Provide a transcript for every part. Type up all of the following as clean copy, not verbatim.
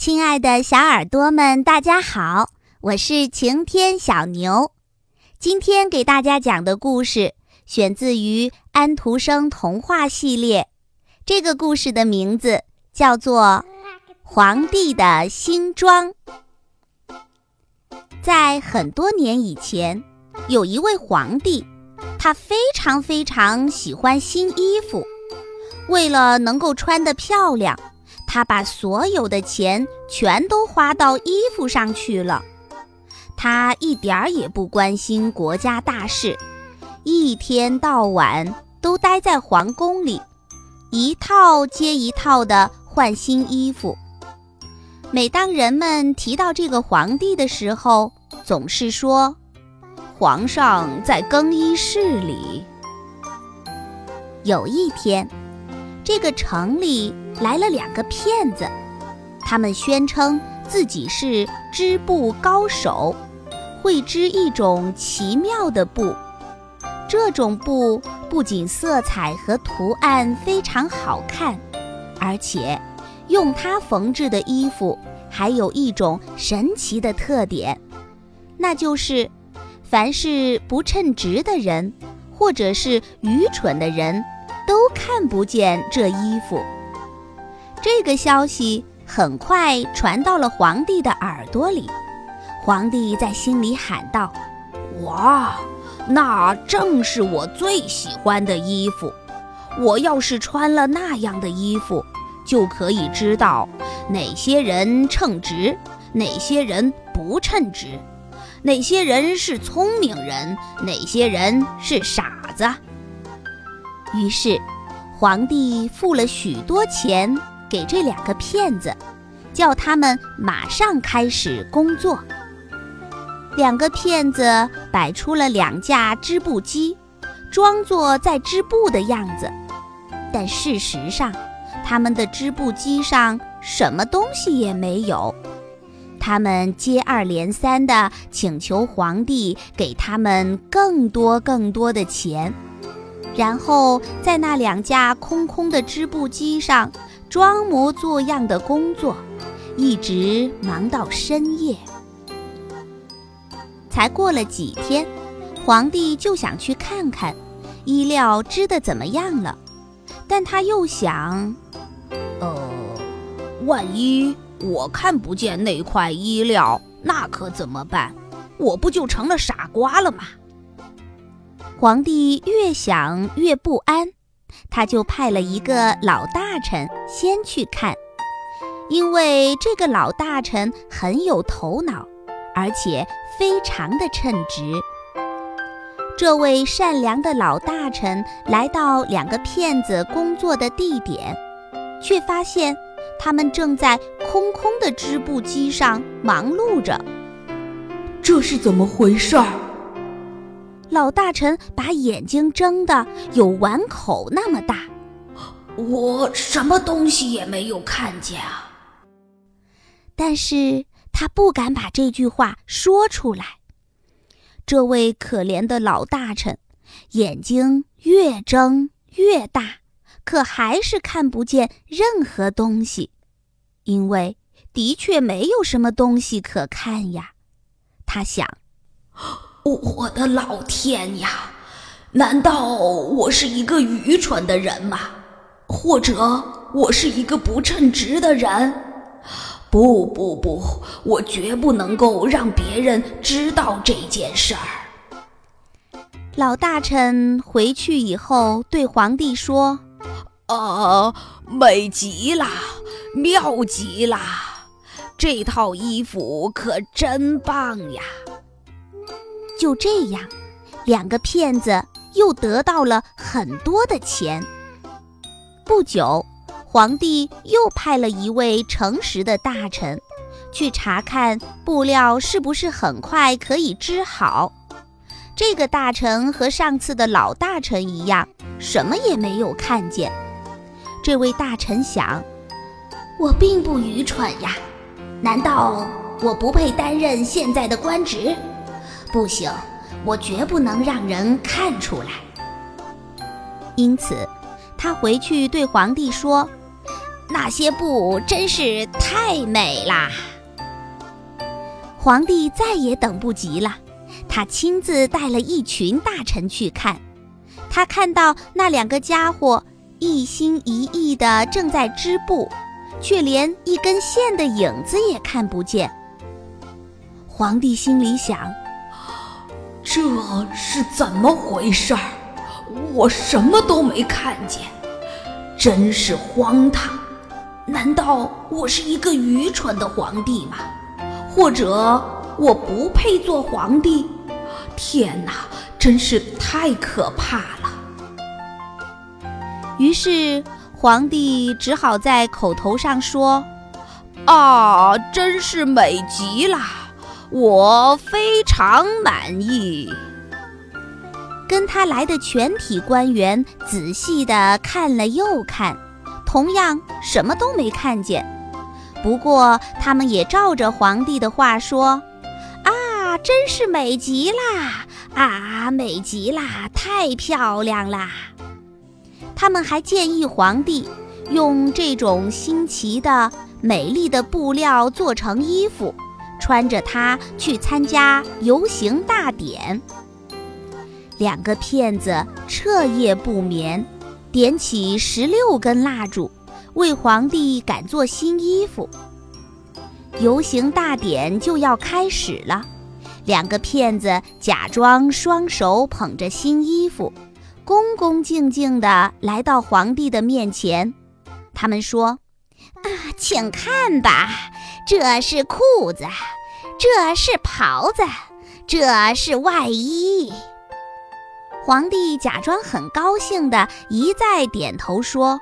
亲爱的小耳朵们，大家好，我是晴天小牛。今天给大家讲的故事选自于安徒生童话系列，这个故事的名字叫做《皇帝的新装》。在很多年以前，有一位皇帝，他非常喜欢新衣服，为了能够穿得漂亮，他把所有的钱全都花到衣服上去了。他一点儿也不关心国家大事，一天到晚都待在皇宫里，一套接一套地换新衣服。每当人们提到这个皇帝的时候，总是说，皇上在更衣室里。有一天，这个城里来了2个骗子，他们宣称自己是织布高手，会织一种奇妙的布。这种布不仅色彩和图案非常好看，而且用它缝制的衣服还有一种神奇的特点，那就是凡是不称职的人或者是愚蠢的人都看不见这衣服。这个消息很快传到了皇帝的耳朵里，皇帝在心里喊道：哇，那正是我最喜欢的衣服，我要是穿了那样的衣服，就可以知道哪些人称职，哪些人不称职，哪些人是聪明人，哪些人是傻子。于是皇帝付了许多钱给这2个骗子，叫他们马上开始工作。2个骗子摆出了2架织布机，装作在织布的样子，但事实上他们的织布机上什么东西也没有。他们接二连三地请求皇帝给他们更多的钱，然后在那2架空的织布机上装模作样的工作，一直忙到深夜。才过了几天，皇帝就想去看看衣料织得怎么样了，但他又想，万一我看不见那块衣料，那可怎么办？我不就成了傻瓜了吗？皇帝越想越不安，他就派了一个老大臣先去看，因为这个老大臣很有头脑，而且非常的称职。这位善良的老大臣来到2个骗子工作的地点，却发现他们正在空的织布机上忙碌着。 这是怎么回事儿？ 老大臣把眼睛睁得有碗口那么大。 我什么东西也没有看见啊。 但是他不敢把这句话说出来。这位可怜的老大臣眼睛越睁越大，可还是看不见任何东西，因为的确没有什么东西可看呀。他想， 我的老天呀，难道我是一个愚蠢的人吗？或者我是一个不称职的人？不，我绝不能够让别人知道这件事儿。 老大臣回去以后对皇帝说， 美极了，妙极了，这套衣服可真棒呀。 就这样，2个骗子又得到了很多的钱。不久，皇帝又派了一位诚实的大臣去查看布料是不是很快可以织好。这个大臣和上次的老大臣一样，什么也没有看见。这位大臣想，我并不愚蠢呀，难道我不配担任现在的官职？不行，我绝不能让人看出来。因此他回去对皇帝说， 那些布真是太美啦！皇帝再也等不及了，他亲自带了一群大臣去看。他看到那2个家伙一心一意地正在织布，却连一根线的影子也看不见。皇帝心里想， 这是怎么回事儿？我什么都没看见，真是荒唐！难道我是一个愚蠢的皇帝吗？或者我不配做皇帝？天哪，真是太可怕了！ 于是皇帝只好在口头上说：“ 真是美极了，我非常满意。” 跟他来的全体官员仔细地看了又看，同样什么都没看见。不过他们也照着皇帝的话说：“真是美极啦！美极啦，太漂亮啦！”他们还建议皇帝用这种新奇的、美丽的布料做成衣服，穿着它去参加游行大典。2个骗子彻夜不眠，点起16根蜡烛，为皇帝赶做新衣服。游行大典就要开始了，2个骗子假装双手捧着新衣服，恭恭敬敬地来到皇帝的面前。他们说：“请看吧，这是裤子，这是袍子，这是外衣。”皇帝假装很高兴地一再点头说：“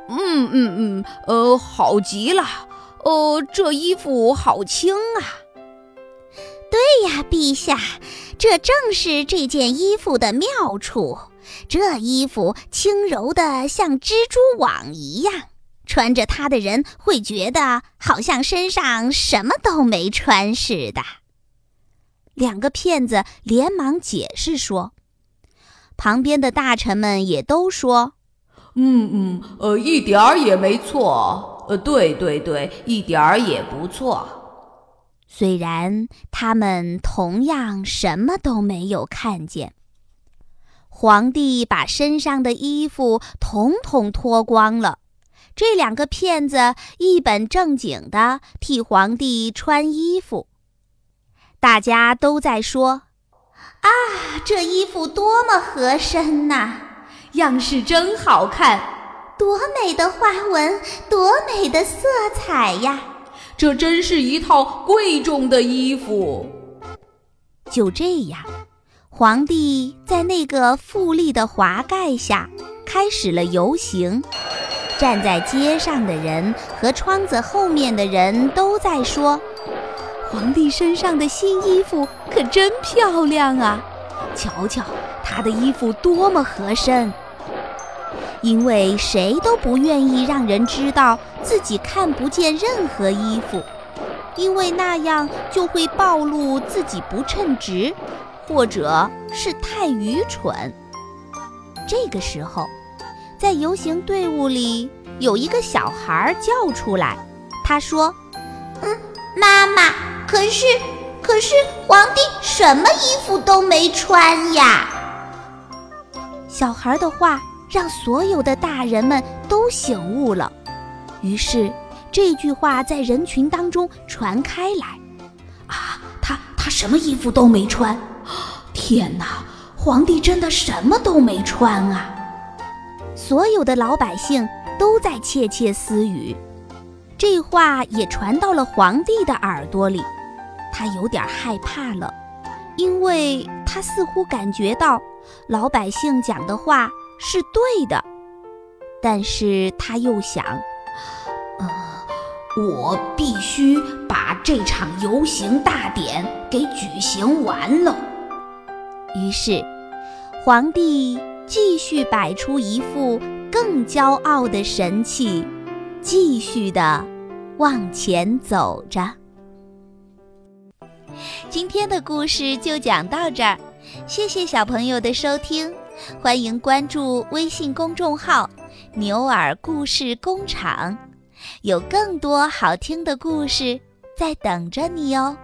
好极了，这衣服好轻啊！”“ 对呀，陛下，这正是这件衣服的妙处。这衣服轻柔得像蜘蛛网一样，穿着它的人会觉得好像身上什么都没穿似的。”2个骗子连忙解释说。旁边的大臣们也都说：“ 一点儿也没错，对，一点儿也不错。” 虽然他们同样什么都没有看见。皇帝把身上的衣服统统脱光了，这2个骗子一本正经地替皇帝穿衣服。大家都在说：“这衣服多么合身呐！样式真好看，多美的花纹，多美的色彩呀！ 这真是一套贵重的衣服。” 就这样，皇帝在那个富丽的华盖下开始了游行。站在街上的人和窗子后面的人都在说：“皇帝身上的新衣服可真漂亮啊！瞧瞧他的衣服多么合身。”因为谁都不愿意让人知道自己看不见任何衣服，因为那样就会暴露自己不称职，或者是太愚蠢。这个时候，在游行队伍里有一个小孩叫出来，他说：“妈妈，可是皇帝什么衣服都没穿呀！”小孩的话让所有的大人们都醒悟了，于是这句话在人群当中传开来：“ 他什么衣服都没穿？天哪，皇帝真的什么都没穿啊！” 所有的老百姓都在窃窃私语，这话也传到了皇帝的耳朵里。他有点害怕了，因为他似乎感觉到老百姓讲的话是对的，但是他又想， 我必须把这场游行大典给举行完了。 于是，皇帝继续摆出一副更骄傲的神气，继续地往前走着。今天的故事就讲到这儿，谢谢小朋友的收听，欢迎关注微信公众号“牛耳故事工厂”， 有更多好听的故事在等着你哦。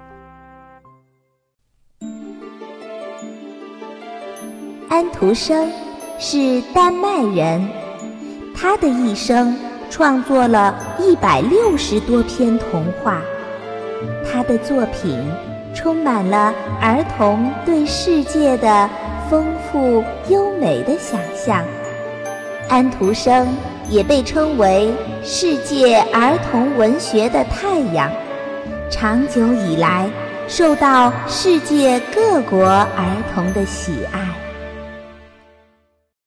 安徒生是丹麦人，他的一生创作了160多篇童话，他的作品充满了儿童对世界的丰富优美的想象。安徒生也被称为世界儿童文学的太阳，长久以来受到世界各国儿童的喜爱。